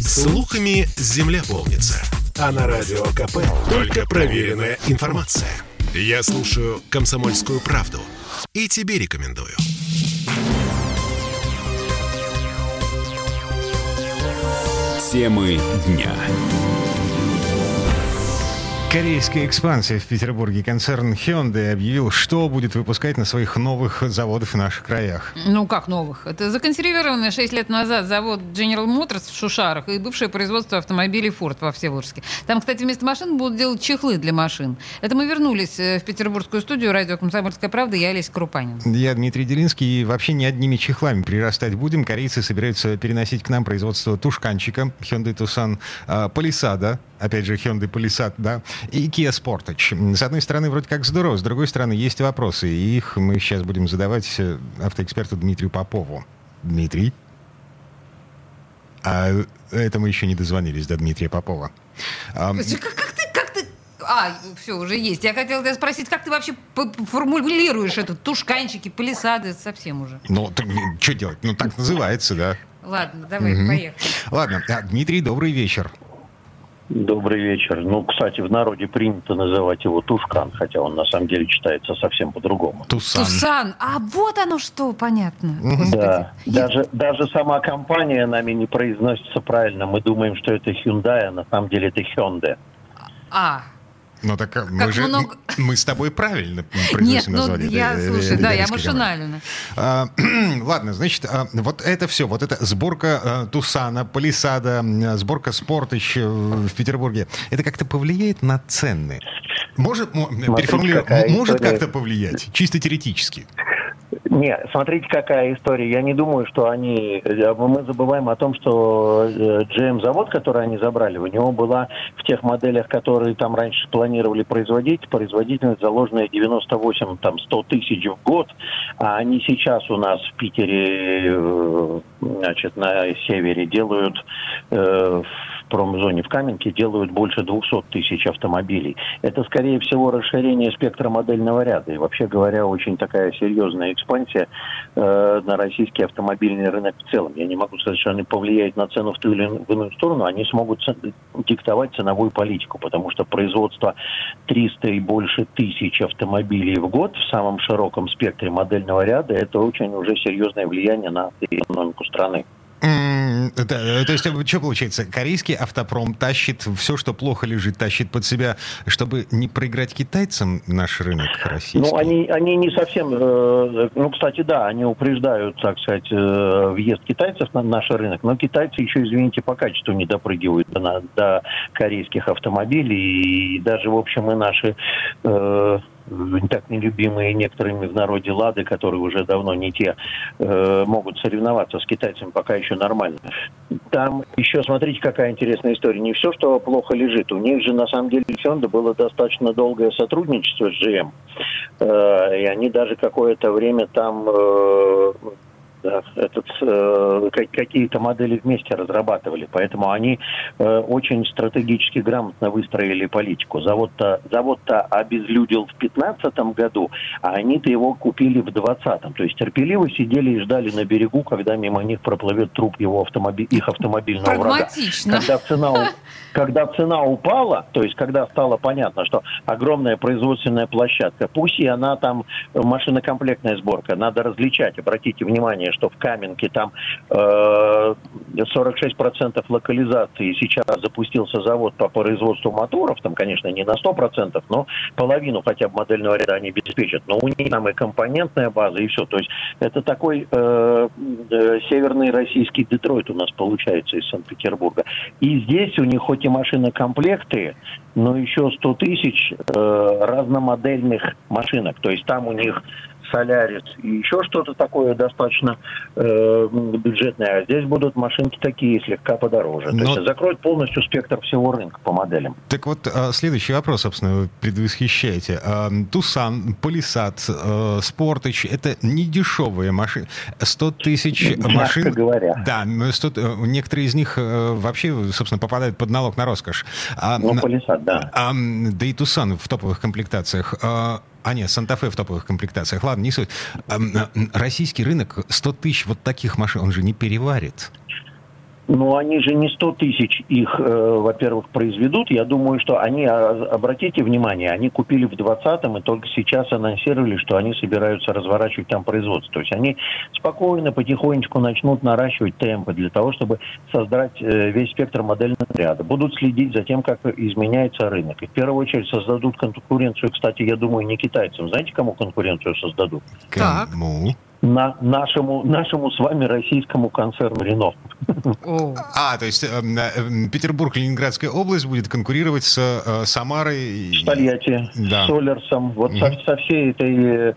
Слухами земля полнится. А на Радио КП только проверенная информация. Я слушаю «Комсомольскую правду» и тебе рекомендую. Темы дня. Корейская экспансия в Петербурге. Концерн Hyundai объявил, что будет выпускать на своих новых заводах в наших краях. Ну, как новых? Это законсервированный 6 лет назад завод General Motors в Шушарах и бывшее производство автомобилей Ford во Всеволожске. Там, кстати, вместо машин будут делать чехлы для машин. Это мы вернулись в петербургскую студию радио «Комсомольская правда». Я Олеся Крупанин. Я Дмитрий Делинский. И вообще не одними чехлами прирастать будем. Корейцы собираются переносить к нам производство тушканчика Hyundai Tucson, Palisade, опять же Hyundai Palisade, да, и Kia Sportage. С одной стороны, вроде как здорово, с другой стороны, есть вопросы, и их мы сейчас будем задавать автоэксперту Дмитрию Попову. Дмитрий? А это мы еще не дозвонились до Дмитрия Попова. Как ты... все, уже есть. Я хотела тебя спросить, как ты вообще формулируешь это? Тушканчики, палисады, совсем уже. Ну, что делать? Ну, так называется, да. Ладно, давай, поехали. Ладно, Дмитрий, добрый вечер. Добрый вечер. Ну, кстати, в народе принято называть его Тушкан, хотя он на самом деле читается совсем по-другому. Тусан. А вот оно что, понятно. Да. Даже сама компания нами не произносится правильно. Мы думаем, что это Hyundai, а на самом деле это Hyundai. Ну так мы с тобой правильно произносим название. Я машинально. Ладно, значит, вот это все, вот эта сборка Тусана, Палисада, сборка Sportage в Петербурге, это как-то повлияет на цены? Может как-то повлиять, чисто теоретически? Нет, смотрите, какая история. Я не думаю, что они... Мы забываем о том, что GM-завод, который они забрали, у него была в тех моделях, которые там раньше планировали производить, производительность заложенная 98-100 тысяч в год, а они сейчас у нас в Питере, значит, на севере делают... в промзоне в Каменке делают больше 200 тысяч автомобилей. Это, скорее всего, расширение спектра модельного ряда. И, вообще говоря, очень такая серьезная экспансия на российский автомобильный рынок в целом. Я не могу сказать, что они повлияют на цену в ту или иную сторону. Они смогут диктовать ценовую политику, потому что производство 300 и больше тысяч автомобилей в год в самом широком спектре модельного ряда – это очень уже серьезное влияние на экономику страны. То есть, что получается? Корейский автопром тащит все, что плохо лежит, тащит под себя, чтобы не проиграть китайцам наш рынок российский? Ну, они не совсем... Ну, кстати, да, они упреждают, так сказать, въезд китайцев на наш рынок, но китайцы еще, извините, по качеству не допрыгивают до корейских автомобилей, и даже, в общем, и наши... так нелюбимые некоторыми в народе «Лады», которые уже давно не те, могут соревноваться с китайцами пока еще нормально. Там еще, смотрите, какая интересная история. Не все, что плохо лежит. У них же, на самом деле, в Hyundai было достаточно долгое сотрудничество с GM. И они даже какое-то время там... какие-то модели вместе разрабатывали. Поэтому они очень стратегически грамотно выстроили политику. Завод-то обезлюдил в 2015 году, а они-то его купили в 2020. То есть терпеливо сидели и ждали на берегу, когда мимо них проплывет труп их автомобильного врага. Когда цена упала, то есть когда стало понятно, что огромная производственная площадка, пусть и она там машинокомплектная сборка, надо различать, обратите внимание, что в Каменке там 46% локализации. Сейчас запустился завод по производству моторов, там, конечно, не на 100%, но половину хотя бы модельного ряда они обеспечат. Но у них там и компонентная база, и все. То есть это такой северный российский Детройт у нас получается из Санкт-Петербурга. И здесь у них хоть и машинокомплекты, но еще 100 тысяч разномодельных машинок. То есть там у них Солярис и еще что-то такое достаточно бюджетное. А здесь будут машинки такие, слегка подороже. То есть закроют полностью спектр всего рынка по моделям. Так вот, следующий вопрос, собственно, вы предвосхищаете. Тусан, Palisade, Sportage — это не дешевые машины. 100 тысяч машин... Мягко говоря. Да, некоторые из них вообще, собственно, попадают под налог на роскошь. Palisade, да. Да и Тусан в топовых комплектациях. Нет, Санта-Фе в топовых комплектациях. Ладно, не суть. Российский рынок 100 тысяч вот таких машин, он же не переварит. Но они же не 100 тысяч их, во-первых, произведут. Я думаю, что они, обратите внимание, они купили в 2020-м и только сейчас анонсировали, что они собираются разворачивать там производство. То есть они спокойно, потихонечку начнут наращивать темпы для того, чтобы создать весь спектр модельного ряда. Будут следить за тем, как изменяется рынок. И в первую очередь создадут конкуренцию, кстати, я думаю, не китайцам. Знаете, кому конкуренцию создадут? Кому? Нашему с вами российскому концерну «Рено». То есть Петербург, Ленинградская область будет конкурировать с Самарой. С Тольятти, да. С Солерсом. Вот со всей этой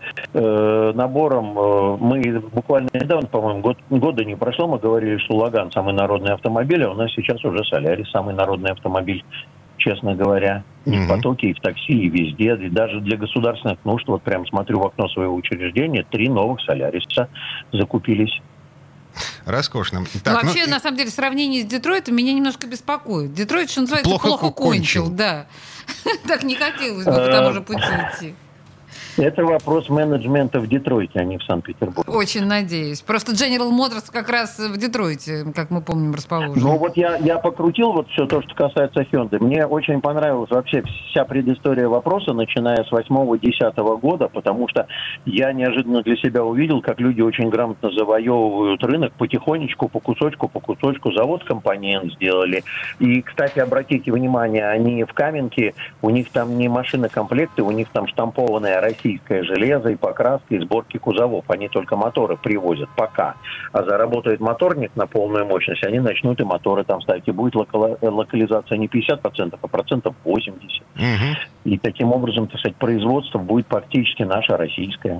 набором мы буквально недавно, по-моему, года не прошло, мы говорили, что Лаган самый народный автомобиль, а у нас сейчас уже Солярис самый народный автомобиль. Честно говоря, и в потоке, и в такси, и везде, и даже для государственных нужд, вот прям смотрю в окно своего учреждения, 3 новых Соляриса закупились. Роскошно. Так, вообще, на самом деле, сравнение с Детройтом меня немножко беспокоит. Детройт, что называется, плохо кончил. Да. Так не хотелось бы по тому же пути идти. Это вопрос менеджмента в Детройте, а не в Санкт-Петербурге. Очень надеюсь. Просто General Motors как раз в Детройте, как мы помним, расположен. Ну вот я покрутил вот все то, что касается Hyundai. Мне очень понравилась вообще вся предыстория вопроса, начиная с 8-10 года, потому что я неожиданно для себя увидел, как люди очень грамотно завоевывают рынок потихонечку, по кусочку. Завод компонент сделали. И, кстати, обратите внимание, они в Каменке, у них там не машинокомплекты, у них там штампованная российское железо и покраска, и сборки кузовов. Они только моторы привозят пока. А заработает моторник на полную мощность, они начнут и моторы там ставить. И будет локализация не 50%, а 80%. И таким образом, так сказать, производство будет практически наше российское.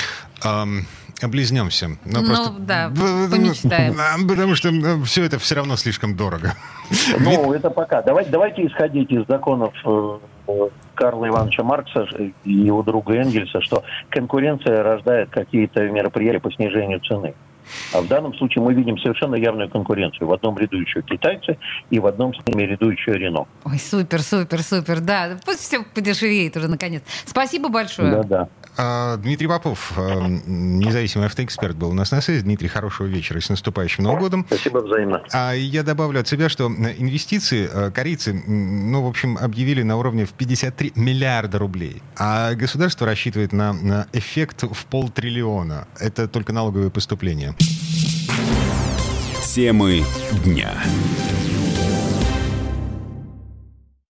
Облизнемся. помечтаем. Потому что все это все равно слишком дорого. Ну, это пока. Давайте исходить из законов Карла Ивановича Маркса и его друга Энгельса, что конкуренция рождает какие-то мероприятия по снижению цены. А в данном случае мы видим совершенно явную конкуренцию. В одном ряду еще китайцы, и в одном с ними ряду еще Рено. Ой, супер, да. Пусть все подешевеет уже наконец. Спасибо большое. Да. Дмитрий Попов, независимый автоэксперт, был у нас на связи. Дмитрий, хорошего вечера и с наступающим Новым годом. Спасибо взаимно. Я добавлю от себя, что инвестиции корейцы, в общем, объявили на уровне в 53 миллиарда рублей. А государство рассчитывает на эффект в 500 миллиона. Это только налоговые поступления. Темы дня.